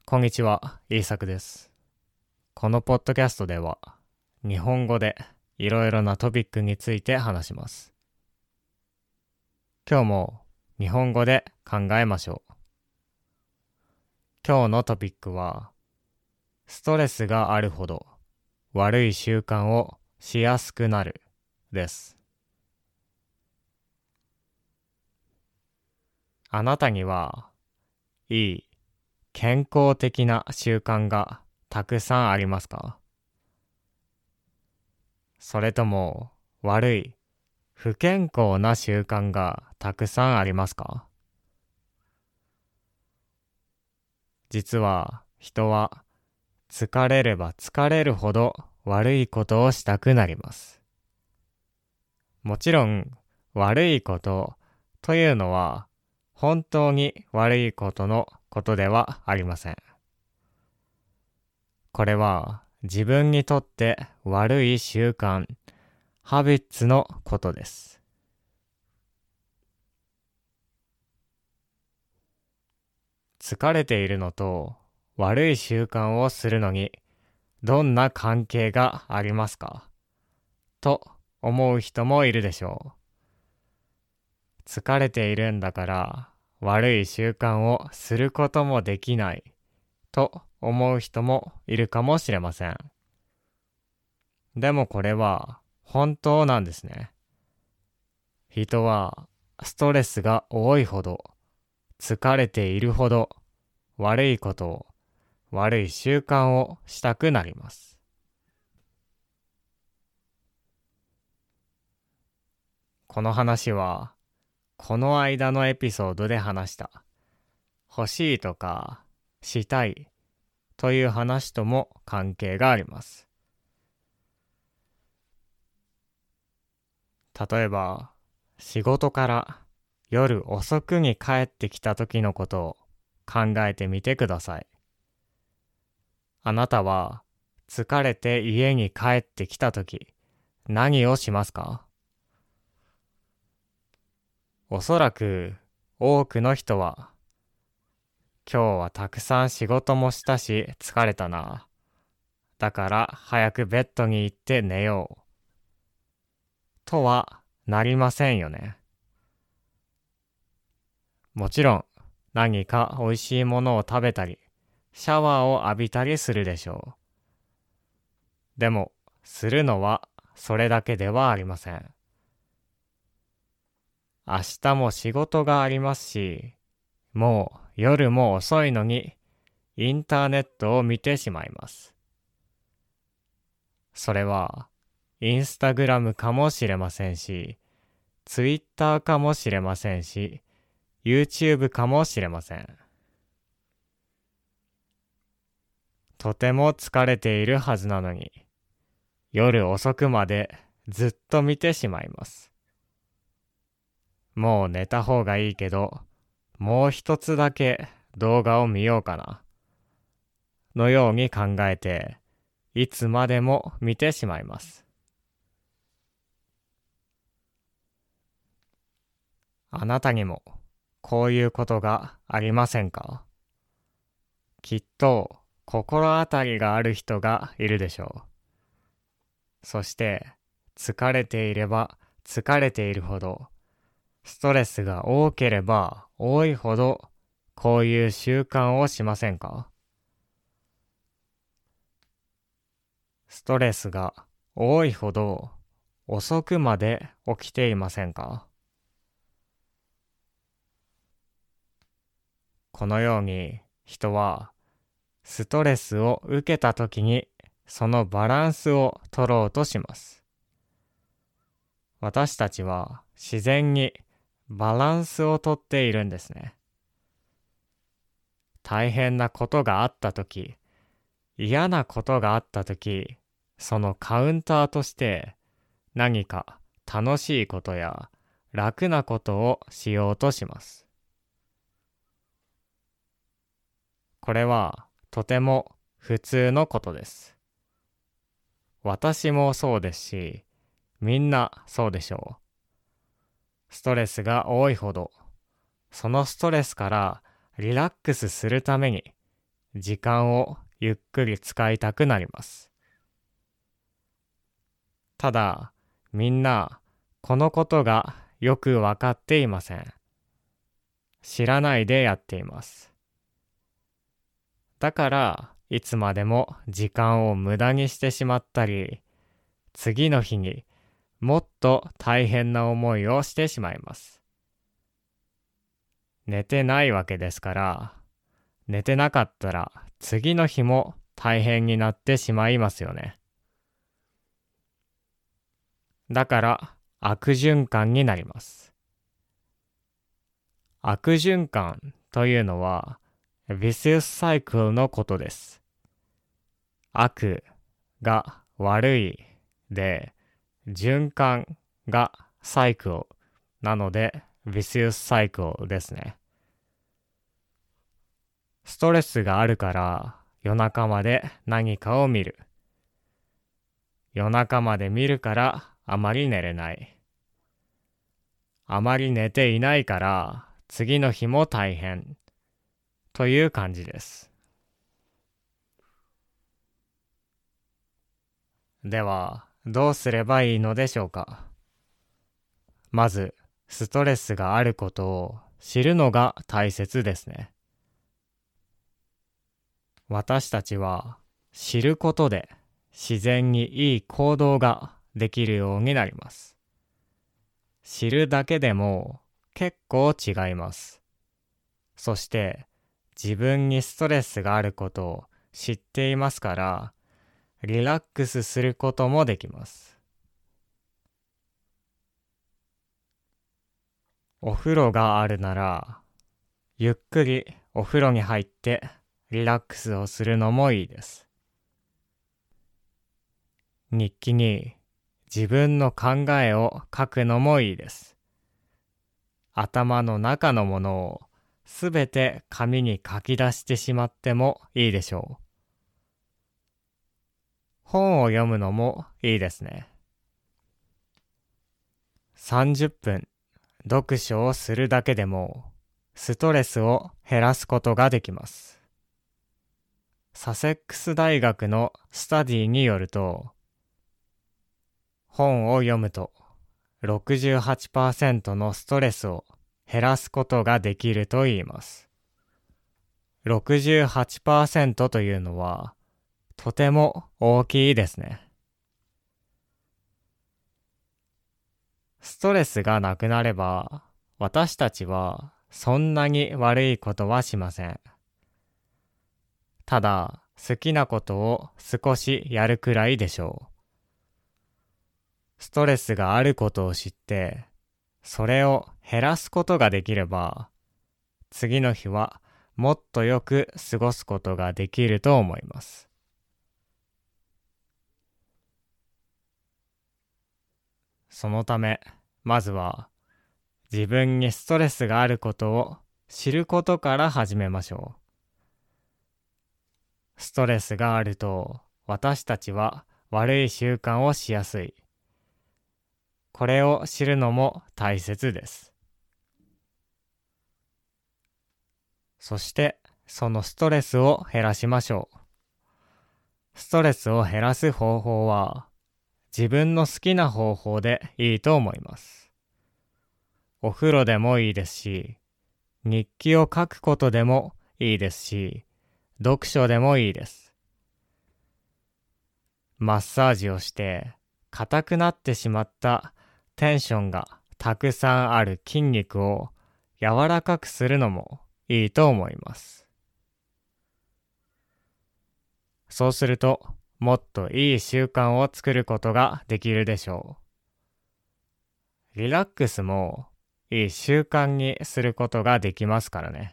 こんにちは、イーサクです。このポッドキャストでは、日本語でいろいろなトピックについて話します。今日も日本語で考えましょう。今日のトピックは、ストレスがあるほど悪い習慣をしやすくなるです。あなたにはいい健康的な習慣がたくさんありますか？それとも悪い不健康な習慣がたくさんありますか？実は人は疲れれば疲れるほど悪いことをしたくなります。もちろん悪いことというのは本当に悪いことのことではありません。これは自分にとって悪い習慣、ハビッツのことです。疲れているのと悪い習慣をするのにどんな関係がありますかと思う人もいるでしょう。疲れているんだから悪い習慣をすることもできないと思う人もいるかもしれません。でもこれは本当なんですね。人はストレスが多いほど、疲れているほど悪いことを、悪い習慣をしたくなります。この話はこの間のエピソードで話した欲しいとかしたいという話とも関係があります。例えば仕事から夜遅くに帰ってきた時のことを考えてみてください。あなたは疲れて家に帰ってきた時何をしますか？おそらく多くの人は今日はたくさん仕事もしたし疲れたな。だから早くベッドに行って寝よう。とはなりませんよね。もちろん何か美味しいものを食べたり、シャワーを浴びたりするでしょう。でも、するのはそれだけではありません。明日も仕事がありますし、もう夜も遅いのにインターネットを見てしまいます。それはインスタグラムかもしれませんし、ツイッターかもしれませんし、YouTube かもしれません。とても疲れているはずなのに、夜遅くまでずっと見てしまいます。もう寝た方がいいけど、もう一つだけ動画を見ようかな。のように考えて、いつまでも見てしまいます。あなたにもこういうことがありませんか？きっと心当たりがある人がいるでしょう。そして疲れていれば疲れているほど、ストレスが多ければ多いほどこういう習慣をしませんか？ストレスが多いほど遅くまで起きていませんか？このように人はストレスを受けたときにそのバランスを取ろうとします。私たちは自然にバランスをとっているんですね。大変なことがあったとき、嫌なことがあったとき、そのカウンターとして何か楽しいことや楽なことをしようとします。これはとても普通のことです。私もそうですし、みんなそうでしょう。ストレスが多いほど、そのストレスからリラックスするために時間をゆっくり使いたくなります。ただ、みんなこのことがよくわかっていません。知らないでやっています。だから、いつまでも時間を無駄にしてしまったり、次の日にもっと大変な思いをしてしまいます。寝てないわけですから、寝てなかったら次の日も大変になってしまいますよね。だから悪循環になります。悪循環というのはvicious cycleのことです。悪が悪いで、循環がサイクルなのでvicious cycleですね。ストレスがあるから夜中まで何かを見る。夜中まで見るからあまり寝れない。あまり寝ていないから次の日も大変という感じです。ではどうすればいいのでしょうか。まずストレスがあることを知るのが大切ですね。私たちは知ることで自然にいい行動ができるようになります。知るだけでも結構違います。そして自分にストレスがあることを知っていますから、リラックスすることもできます。お風呂があるなら、ゆっくりお風呂に入ってリラックスをするのもいいです。日記に自分の考えを書くのもいいです。頭の中のものをすべて紙に書き出してしまってもいいでしょう。本を読むのもいいですね。30分読書をするだけでもストレスを減らすことができます。サセックス大学のスタディによると、本を読むと 68% のストレスを減らすことができると言います。68% というのはとても大きいですね。ストレスがなくなれば、私たちはそんなに悪いことはしません。ただ、好きなことを少しやるくらいでしょう。ストレスがあることを知って、それを減らすことができれば、次の日はもっとよく過ごすことができると思います。そのため、まずは自分にストレスがあることを知ることから始めましょう。ストレスがあると私たちは悪い習慣をしやすい。これを知るのも大切です。そしてそのストレスを減らしましょう。ストレスを減らす方法は自分の好きな方法でいいと思います。お風呂でもいいですし、日記を書くことでもいいですし、読書でもいいです。マッサージをして硬くなってしまったテンションがたくさんある筋肉を柔らかくするのもいいと思います。そうするともっといい習慣を作ることができるでしょう。リラックスもいい習慣にすることができますからね。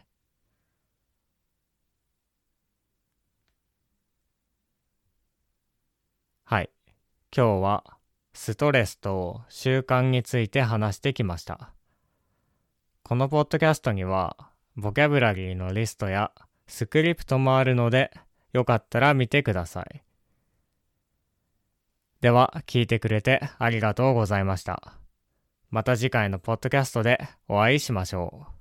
はい。今日はストレスと習慣について話してきました。このポッドキャストにはボキャブラリーのリストやスクリプトもあるので、よかったら見てください。では、聞いてくれてありがとうございました。また次回のポッドキャストでお会いしましょう。